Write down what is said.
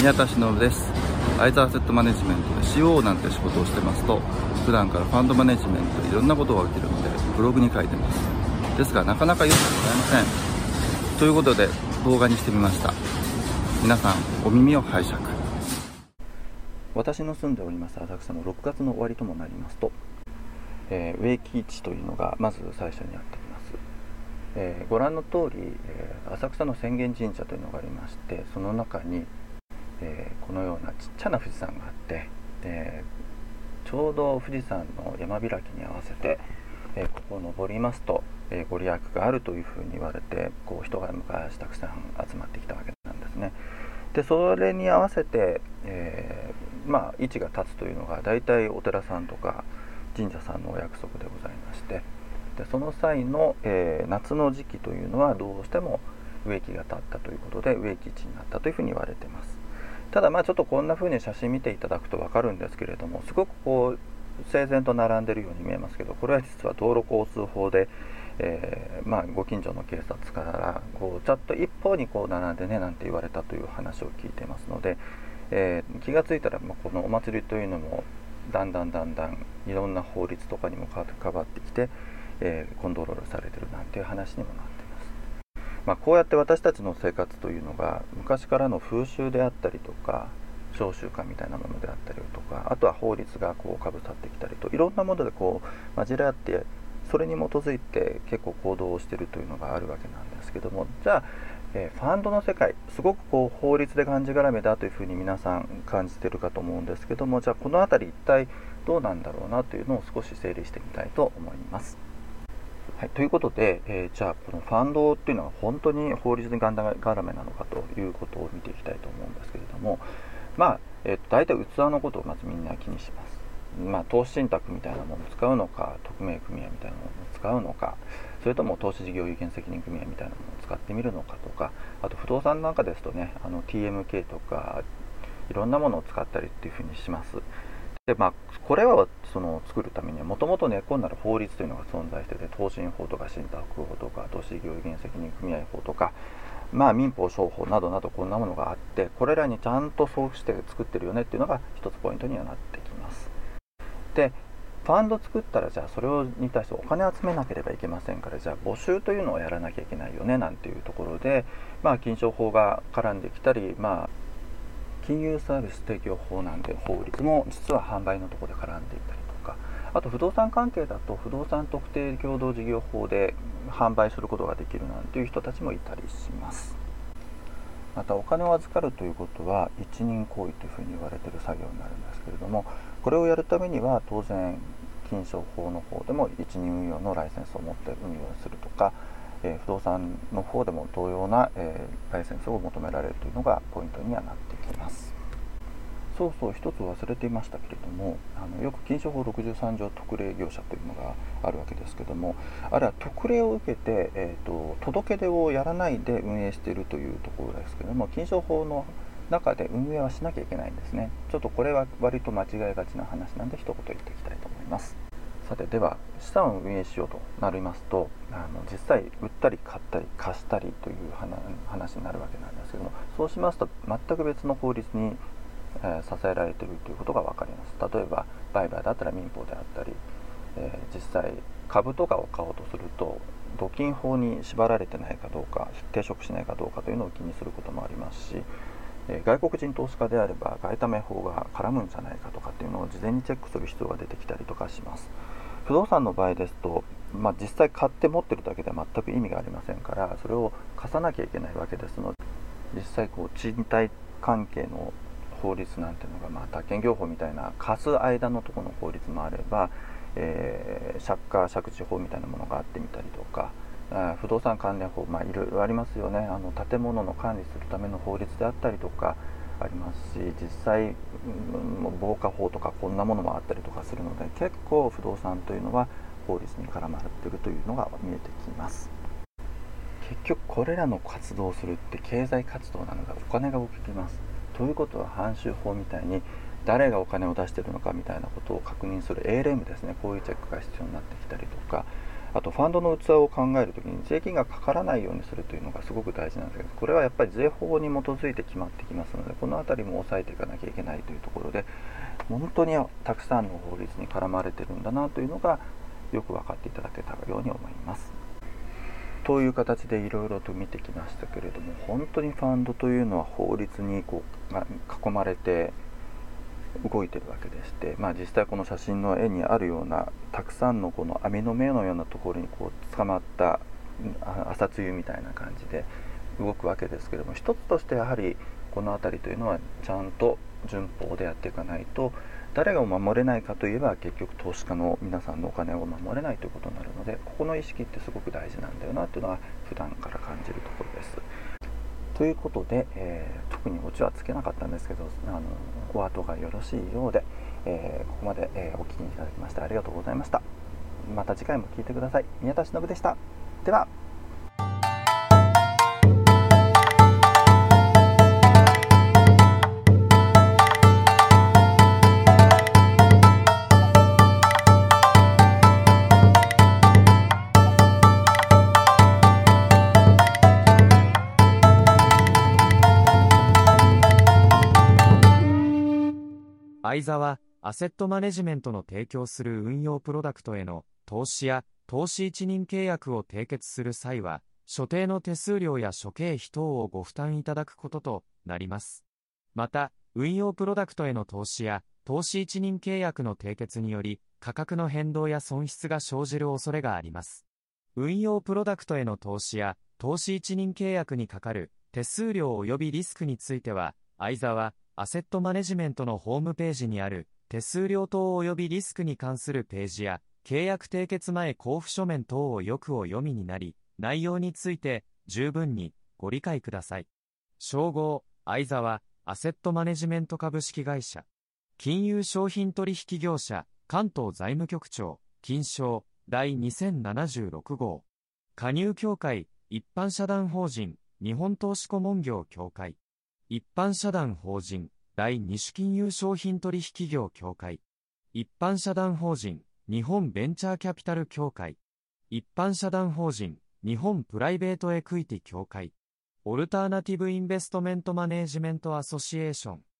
宮田忍です。アイザーアセットマネジメントで CO なんて仕事をしてますと、普段からファンドマネジメントでいろんなことが起きるのでブログに書いてます。ですがなかなか読んでもらえません。ということで動画にしてみました。皆さんお耳を拝借。私の住んでおります浅草の6月の終わりともなりますと、植木市というのがまず最初にやってきます。ご覧の通り、浅草の浅間神社というのがありまして、その中に、このようなちっちゃな富士山があって、ちょうど富士山の山開きに合わせて、ここを登りますと、ご利益があるというふうに言われて、人が昔たくさん集まってきたわけなんですね。でそれに合わせて、位置が立つというのが大体お寺さんとか神社さんのお約束でございまして、でその際の、夏の時期というのはどうしても植木が立ったということで植木市になったというふうに言われています。ただちょっとこんな風に写真見ていただくと分かるんですけれども、すごく整然と並んでいるように見えますけど、これは実は道路交通法で、ご近所の警察からちょっと一方に並んでねなんて言われたという話を聞いていますので、気がついたらこのお祭りというのもだんだんいろんな法律とかにも関わってきて、コントロールされているなんていう話にもなっています。こうやって私たちの生活というのが昔からの風習であったりとか商習慣みたいなものであったりとか、あとは法律がかぶさってきたりといろんなもので混じり合って、それに基づいて結構行動をしているというのがあるわけなんですけども、じゃあ、ファンドの世界すごく法律でがんじがらめだというふうに皆さん感じているかと思うんですけども、じゃあこの辺り一体どうなんだろうなというのを少し整理してみたいと思います。はい、ということで、じゃあこのファンドっていうのは本当に法律にがんじがらめなのかということを見ていきたいと思うんですけれども、大体器のことをまずみんな気にします。投資信託みたいなものを使うのか、匿名組合みたいなものを使うのか、それとも投資事業有限責任組合みたいなものを使ってみるのかとか、あと不動産なんかですとね、TMK とかいろんなものを使ったりっていうふうにします。でこれは作るためにはもともと根っこになる法律というのが存在してて、投信法とか信託法とか投資事業有限責任組合法とか、民法商法などなどこんなものがあって、これらにちゃんとそうして作ってるよねっていうのが一つポイントにはなってきます。でファンド作ったら、じゃあそれに対してお金集めなければいけませんから、じゃあ募集というのをやらなきゃいけないよねなんていうところで、金商法が絡んできたり、金融サービス提供法なんで法律も実は販売のところで絡んでいたりとか、あと不動産関係だと不動産特定共同事業法で販売することができるなんていう人たちもいたりします。またお金を預かるということは一任行為というふうに言われている作業になるんですけれども、これをやるためには当然金商法の方でも一任運用のライセンスを持って運用するとか、不動産の方でも同様な、ライセンスを求められるというのがポイントにはなってきます。一つ忘れていましたけれども、よく金商法63条特例業者というのがあるわけですけども、あれは特例を受けて、届け出をやらないで運営しているというところですけども、金商法の中で運営はしなきゃいけないんですね。ちょっとこれは割と間違いがちな話なんで一言言っていきたいと思います。さて、では資産を運営しようとなりますと、実際売ったり買ったり貸したりという話になるわけなんですけども、そうしますと全く別の法律に支えられているということが分かります。例えば売買だったら民法であったり、実際株とかを買おうとすると独禁法に縛られてないかどうか、抵触しないかどうかというのを気にすることもありますし、外国人投資家であれば外為法が絡むんじゃないかとかっていうのを事前にチェックする必要が出てきたりとかします。不動産の場合ですと、実際買って持ってるだけでは全く意味がありませんから、それを貸さなきゃいけないわけですので、実際賃貸関係の法律なんていうのが、宅建業法みたいな貸す間のところの法律もあれば、借家借地法みたいなものがあってみたりとか、不動産関連法、いろいろありますよね。建物の管理するための法律であったりとかありますし、実際、防火法とかこんなものもあったりとかするので、結構不動産というのは法律に絡まっているというのが見えてきます。結局これらの活動をするって経済活動なのでお金が動きます。ということは慣習法みたいに誰がお金を出しているのかみたいなことを確認する ALM ですね、こういうチェックが必要になってきたりとか、 あとファンドの器を考えるときに税金がかからないようにするというのがすごく大事なんですけど、これはやっぱり税法に基づいて決まってきますので、この辺りも押さえていかなきゃいけないというところで、本当にたくさんの法律に絡まれてるんだなというのがよく分かっていただけたように思います。という形でいろいろと見てきましたけれども、本当にファンドというのは法律に囲まれて動いてるわけでして、実際この写真の絵にあるようなたくさんのこの網の目のようなところに捕まった朝露みたいな感じで動くわけですけれども、一つとしてやはりこの辺りというのはちゃんと順法でやっていかないと、誰が守れないかといえば結局投資家の皆さんのお金を守れないということになるので、ここの意識ってすごく大事なんだよなというのは普段から感じるところです。ということで、特にオチはつけなかったんですけど、お後がよろしいようで、ここまで、お聞きいただきましてありがとうございました。また次回も聞いてください。宮田忍でした。では。 相沢アセットマネジメントの提供する運用プロダクトへの投資や投資一任契約を締結する際は、所定の手数料や諸経費等をご負担いただくこととなります。また、運用プロダクトへの投資や投資一任契約の締結により、価格の変動や損失が生じる恐れがあります。運用プロダクトへの投資や投資一任契約にかかる手数料及びリスクについては、相沢アセットマネジメントのホームページにある手数料等及びリスクに関するページや契約締結前交付書面等をよくお読みになり、内容について十分にご理解ください。称号相沢アセットマネジメント株式会社金融商品取引業者関東財務局長金商第2076号加入協会一般社団法人日本投資顧問業協会一般社団法人第二種金融商品取引業協会一般社団法人日本ベンチャーキャピタル協会一般社団法人日本プライベートエクイティ協会オルターナティブインベストメントマネージメントアソシエーション